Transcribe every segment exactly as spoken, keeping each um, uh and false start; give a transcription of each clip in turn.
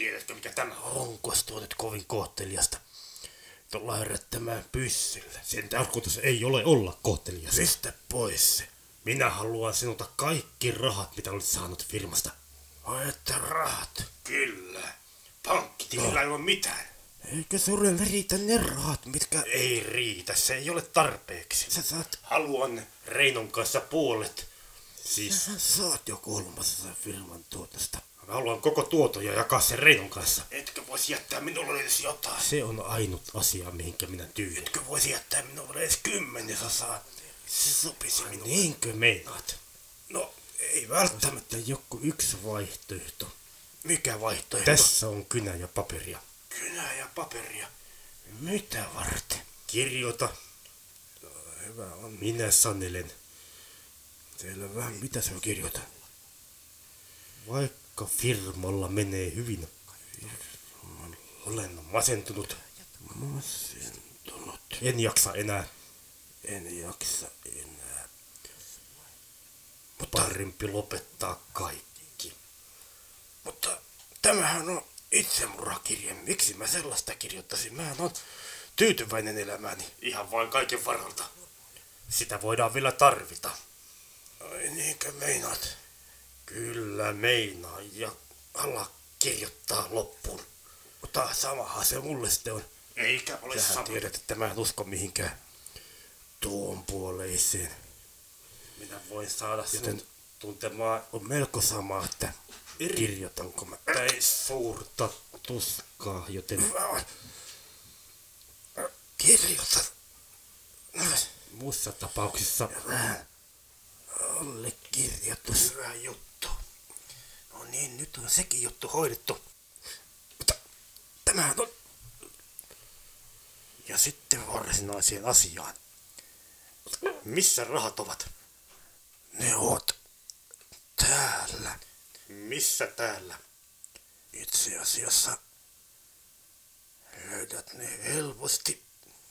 Tiedätkö mikä tämä on? Onko tuo nyt kovin kohteliasta? Tuolla herättämään pyssyllä. Sen tarkoitus ei ole olla kohtelias. Pistä pois se. Minä haluan sinulta kaikki rahat, mitä olet saanut firmasta. Ai että rahat? Kyllä. Pankkitilillä ei ole mitään. Eikö sulle riitä ne rahat, mitkä... Ei riitä, se ei ole tarpeeksi. Sä saat... Haluan Reinon kanssa puolet. Siis... Sä saat jo kolmasosa firman tuotosta. Mä haluan koko tuoton ja jakaa sen Reinon kanssa. Etkö voisi jättää minulle edes jotain? Se on ainut asia, mihinkä minä tyydyn. Etkö voisi jättää minulle edes kymmenesosaa? Se sopisi minulle. Niinkö meinaat? No, ei välttämättä. Joku yksi vaihtoehto. Mikä vaihtoehto? Tässä on kynä ja paperia. Kynää ja paperia. Mitä varten? Kirjoita. No, hyvä on. Minä sanelen. Selvä. Mitä se on kirjoita? Vaikka firmalla menee hyvin. Firmalla. Olen masentunut. Masentunut. En jaksa enää. En jaksa enää. Mutta parempi lopettaa kaikki. Mutta tämähän on itsemurhakirje. Miksi mä sellaista kirjoittaisin? Mähän on tyytyväinen elämääni. Ihan vain kaiken varalta. Sitä voidaan vielä tarvita. Ai niinkö meinaat? Kyllä meinaa ja ala kirjoittaa loppuun. Mutta samahan se mulle sitten on. Eikä ole Sähän sama. tiedät, että mä en usko mihinkään tuon puoleiseen. Minä voin saada Joten sinut tuntemaan on melko sama, että eri kirjoitanko mä. tai suurta tuskaa, joten Kirjoitan. muussa tapauksessa Allekirjoitus. hyvä juttu. No niin, nyt on sekin juttu hoidettu. Mutta tämähän on... Ja sitten varsinaiseen asiaan. Missä rahat ovat? Ne oot täällä. Missä täällä? Itse asiassa löydät ne helposti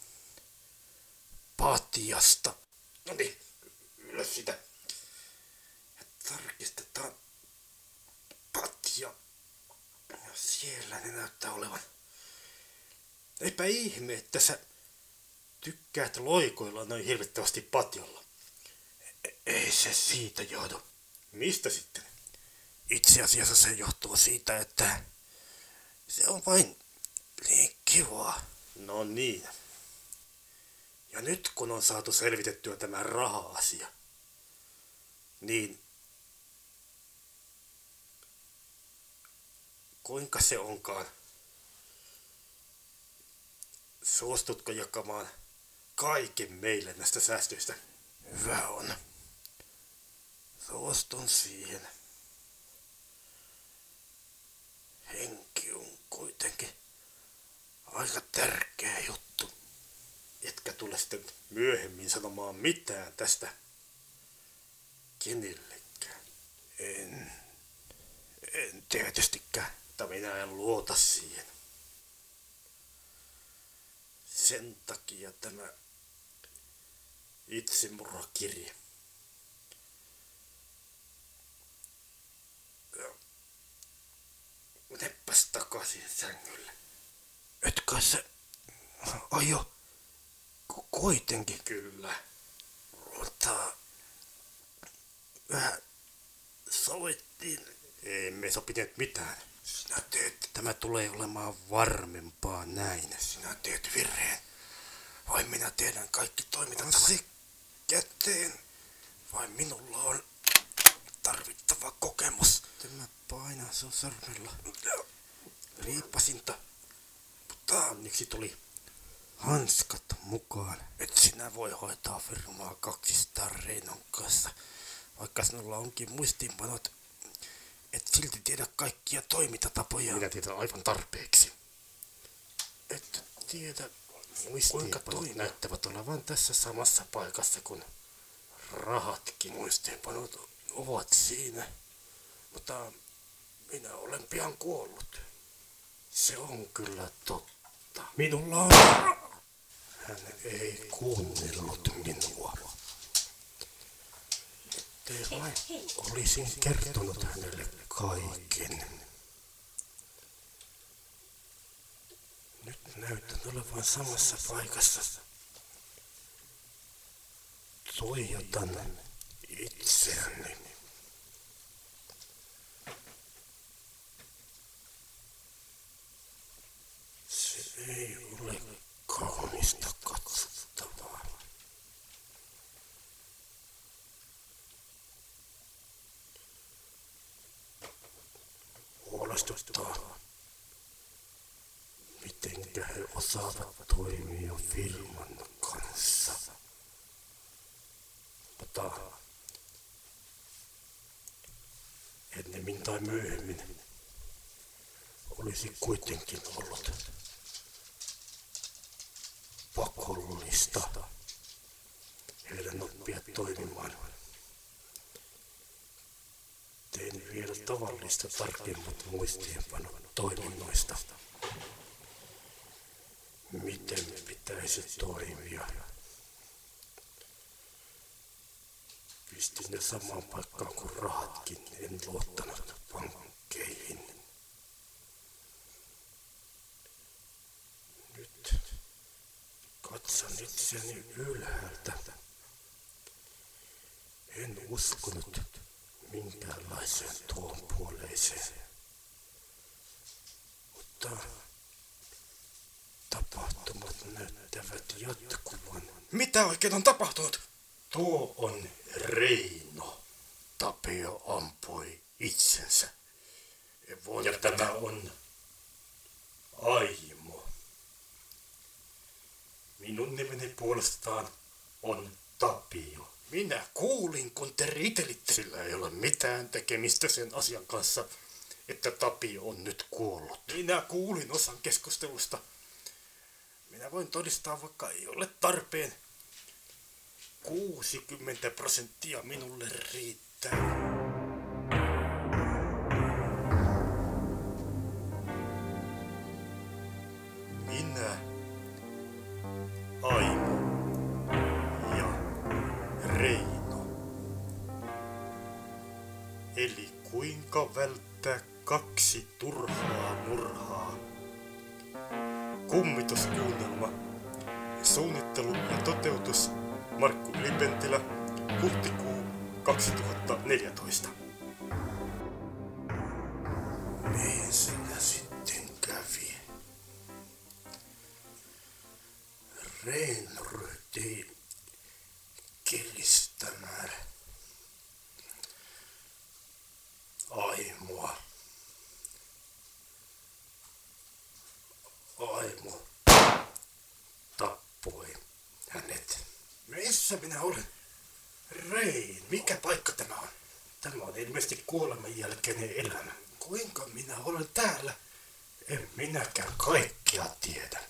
patjasta. No niin, ylös sitä. Ja tarkistetaan patja. Ja siellä ne näyttää olevan. Eipä ihme, että sä tykkäät loikoilla noin hirvittävästi patjolla. E- ei se siitä johdu. Mistä sitten? Itse asiassa se johtuu siitä, että se on vain niin kivaa. No niin. Ja nyt kun on saatu selvitettyä tämä raha-asia, niin kuinka se onkaan? Suostutko jakamaan kaiken meille näistä säästöistä? Hyvä on. Suostun siihen. Henki on kuitenkin aika tärkeä juttu. Etkä tule sitten myöhemmin sanomaan mitään tästä kenellekään. En, en tietystikään. Mutta minä en luota siihen. Sen takia tämä itsemurhakirje. Meneppäs takaisin sängylle. Etkö se aio ku- kuitenkin? Kyllä. Mutta vähän sovittiin. Emme sopineet mitään. Sinä teet, tämä tulee olemaan varmempaa näin. Sinä teet virheen. Vai minä tiedän kaikki toimintatavat käteen. Vai minulla on tarvittava kokemus. Tämä painaa sun sormella. Riippasinta. Mutta Onneksi tuli hanskat mukaan. Et sinä voi hoitaa firmaa kaksistaan Reinon kanssa. Vaikka sinulla onkin muistiinpanot. Et silti tiedä kaikkia toimintatapoja. minä tiedän aivan tarpeeksi. Et tiedä kuinka Muistiinpanot toimia. näyttävät olevan tässä samassa paikassa kuin rahatkin. Muistiinpanot ovat siinä. Mutta minä olen pian kuollut. Se on kyllä totta. Minulla on... Hän ei kuunnellut minua. Ettei vain olisin kertonut hänelle kaiken. näytän olevan samassa paikassa. Tuijotan itseäni. Se ei ole kaunista katsottavaa. Huolestuttaa, mitenkä he osaavat toimia firman kanssa. Mutta ennemmin tai myöhemmin olisi kuitenkin ollut pakollista heidän oppia toimimaan. Tein vielä tavallista tarkemmat muistiinpanot toiminnoista. Miten pitäisi toimia? Pistin ne samaan paikkaan kuin rahatkin, en luottanut pankkeihin. Nyt katson itseäni ylhäältä. En uskonut minkäänlaiseen tuon puoleiseen. Mutta tapahtumat näyttävät jatkuvan. Mitä oikein on tapahtunut? Tuo on Reino. Tapio ampui itsensä. Ja tämä on Aimo. Minun nimeni puolestaan on Tapio. Minä kuulin, kun te riitelitte. Sillä ei ole mitään tekemistä sen asian kanssa, että Tapio on nyt kuollut. Minä kuulin osan keskustelusta. Minä voin todistaa, vaikka ei ole tarpeen. kuusikymmentä prosenttia minulle riittää. Minä, Aimo ja Reino. Eli kuinka välttää kaksi turhaa murhaa? Kummituskuunnelma. Suunnittelu ja toteutus Markku Ylipentilä, huhtikuu kaksituhattaneljätoista. Mihin sinä sitten kävi? Reino ryhtyi kiristämään Aimoa. Aimo tappoi hänet. Missä minä olen? Rein, mikä paikka tämä on? Tämä on ilmeisesti kuoleman jälkeinen elämä. Kuinka minä olen täällä? En minäkään kaikkia tiedä.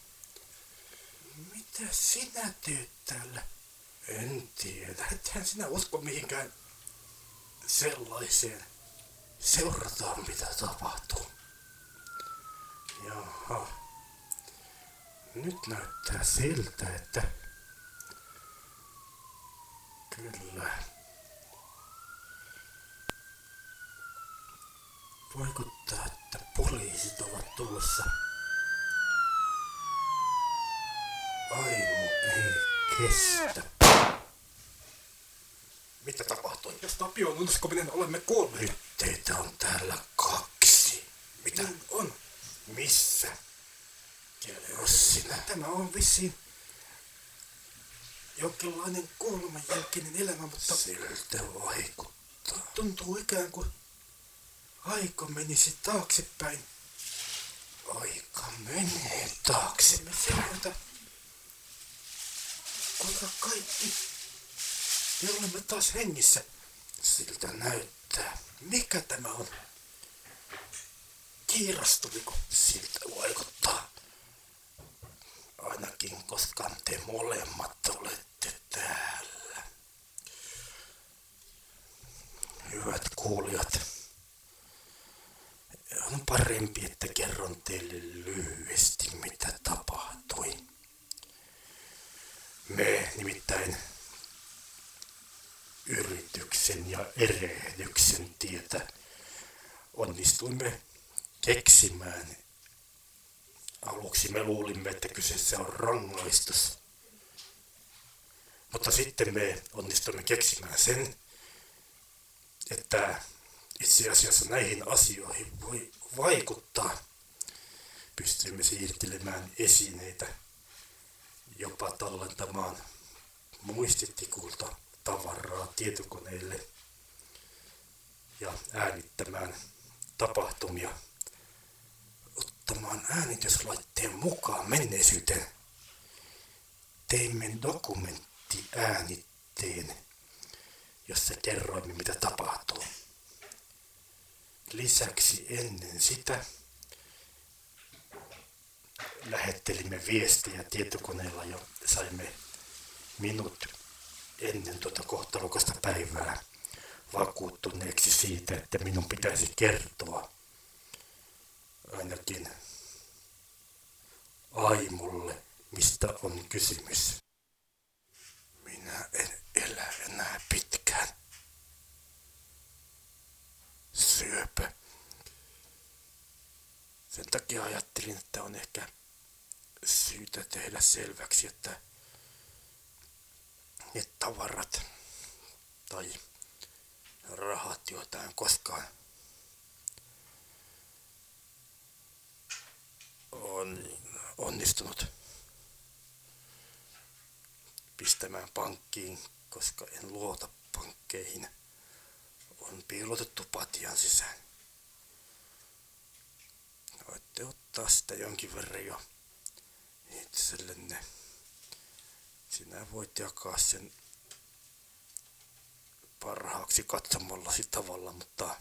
Mitä sinä teet täällä? En tiedä. Ethän sinä usko mihinkään sellaiseen. Seurataan mitä tapahtuu. Jaha. Nyt näyttää siltä, että kyllä. Vaikuttaa, että poliisit ovat tulossa. Aimo ei kestä. Mitä tapahtui? Jos Tapio on uskominen, olemme kuolleet. Nyt teitä on täällä kaksi. Mitä Niin on? Missä? Kerro sinä. Tämä on vissiin jonkinlainen kuoleman jälkeinen elämä, mutta Siltä vaikuttaa. tuntuu ikään kuin aika menisi taaksepäin. Aika menee taakse. Me seurata, kuinka kaikki me olemme taas hengissä. Siltä näyttää. Mikä tämä on? Kiirastuliko? Siltä vaikuttaa. Ainakin koska te molemmat olette täällä. Hyvät kuulijat. On parempi, että kerron teille lyhyesti, mitä tapahtui. Me nimittäin yrityksen ja erehdyksen tietä onnistuimme keksimään Aluksi me luulimme, että kyseessä on rangaistus. Mutta sitten me onnistuimme keksimään sen, että itse asiassa näihin asioihin voi vaikuttaa. Pystyimme siirtelemään esineitä, jopa tallentamaan muistitikuilta tavaraa tietokoneille ja äänittämään tapahtumia, ottamaan äänityslaitteen mukaan menneisyyteen. Teimme dokumenttiäänitteen, jossa kerroimme mitä tapahtuu. Lisäksi ennen sitä lähettelimme viestiä tietokoneella ja saimme minut ennen tuota kohtalokasta päivää vakuuttuneeksi siitä, että minun pitäisi kertoa ainakin Aimolle, mistä on kysymys. Minä en elä enää pitkään. Syöpä. Sen takia ajattelin, että on ehkä syytä tehdä selväksi, että ne tavarat tai rahat, joita en koskaan on onnistunut pistämään pankkiin, koska en luota pankkeihin, on piilotettu patjan sisään. Voitte ottaa sitä jonkin verran jo itsellenne. Sinä voit jakaa sen parhaaksi katsomallasi tavalla, mutta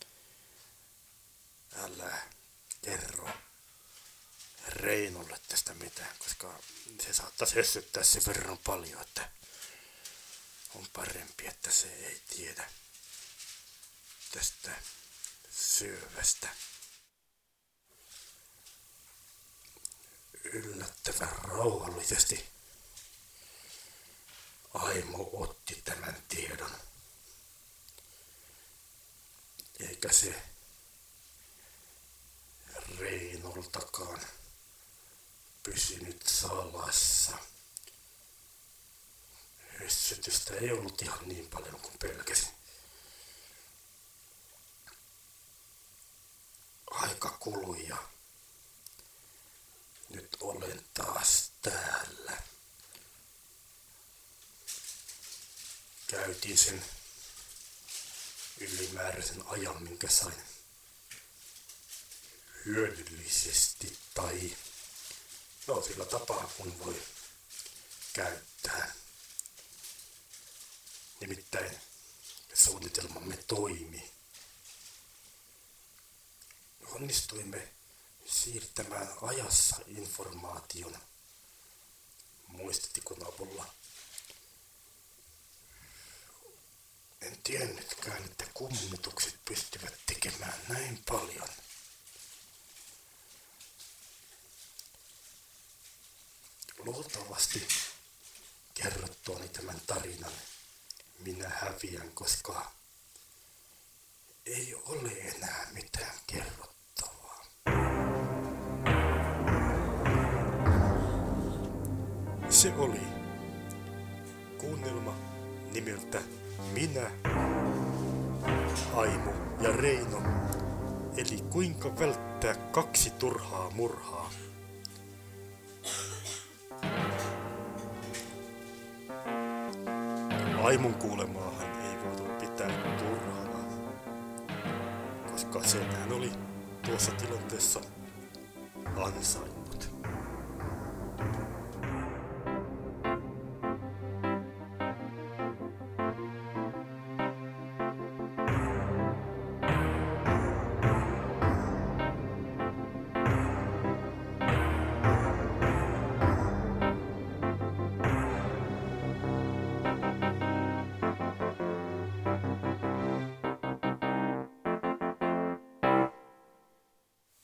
älä kerro Reinolle tästä mitään, koska se saattaisi hössyttää sen verran paljon, että on parempi, että se ei tiedä tästä syövästä. Yllättävän rauhallisesti Aimo otti tämän tiedon. Eikä se Reinoltakaan pysynyt salassa. Hössytystä ei ollut ihan niin paljon kuin pelkäsin. Aika kului ja nyt olen taas täällä. Käytin sen ylimääräisen ajan, minkä sain hyödyllisesti tai no sillä tapaa kun voi käyttää. Nimittäin suunnitelmamme toimi. Onnistuimme siirtämään ajassa informaation muistitikun avulla. En tiennytkään, että kummitukset pystyvät tekemään näin paljon. Luultavasti kerrottuani tämän tarinan minä häviän, koska ei ole enää mitään kerrottavaa. Se oli kuunnelma nimeltä Minä, Aimo ja Reino, eli kuinka välttää kaksi turhaa murhaa. Aimon kuulemaahan ei voitu pitää turhana, koska sen hän oli tuossa tilanteessa ansainnut.